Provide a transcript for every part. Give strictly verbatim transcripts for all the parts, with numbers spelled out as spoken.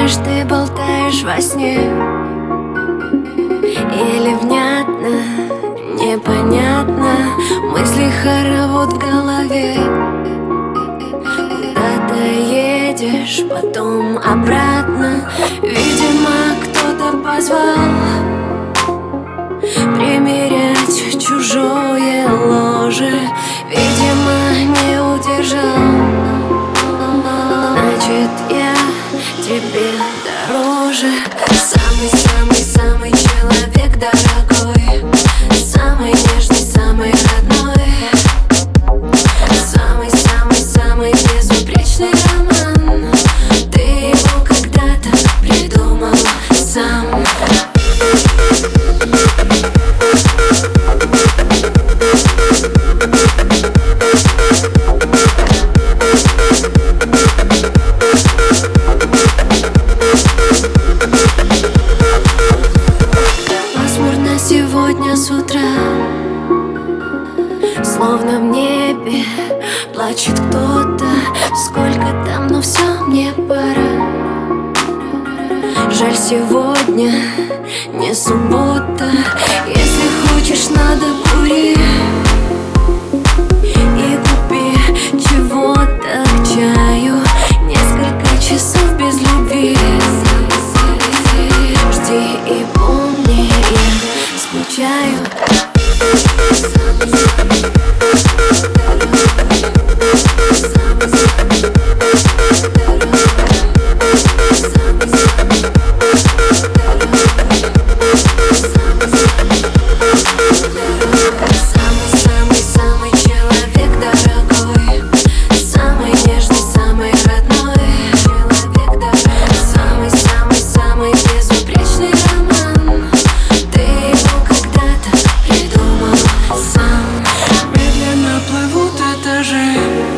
думаешь, ты болтаешь во сне? Или внятно, непонятно, мысли хоровод в голове. Куда ты едешь, потом обратно. Видимо, кто-то позвал примерять чужое ложе. Видимо, не удержал. Значит, я тебе дороже. Самый-самый-самый человек дорогой, самый нежный, самый родной, самый-самый-самый безупречный роман. Ты его когда-то придумал сам. Сегодня с утра, словно в небе плачет кто-то. Сколько там, но все, мне пора. Жаль, сегодня не суббота. Если хочешь, надо кури и купи чего-то к чаю. Несколько часов без любви. Жди и помни, я скучаю. Самый-самый-самый человек дорогой, самый нежный, самый родной человек дорогой, самый-самый-самый безупречный роман. Ты его когда-то придумал сам. Медленно плывут этажи,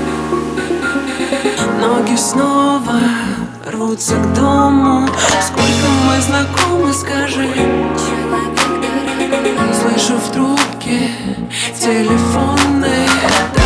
ноги снова рвутся к дому. Сколько мы знакомы, скажи. Человек дорогой, Слышу в трубке телефонной.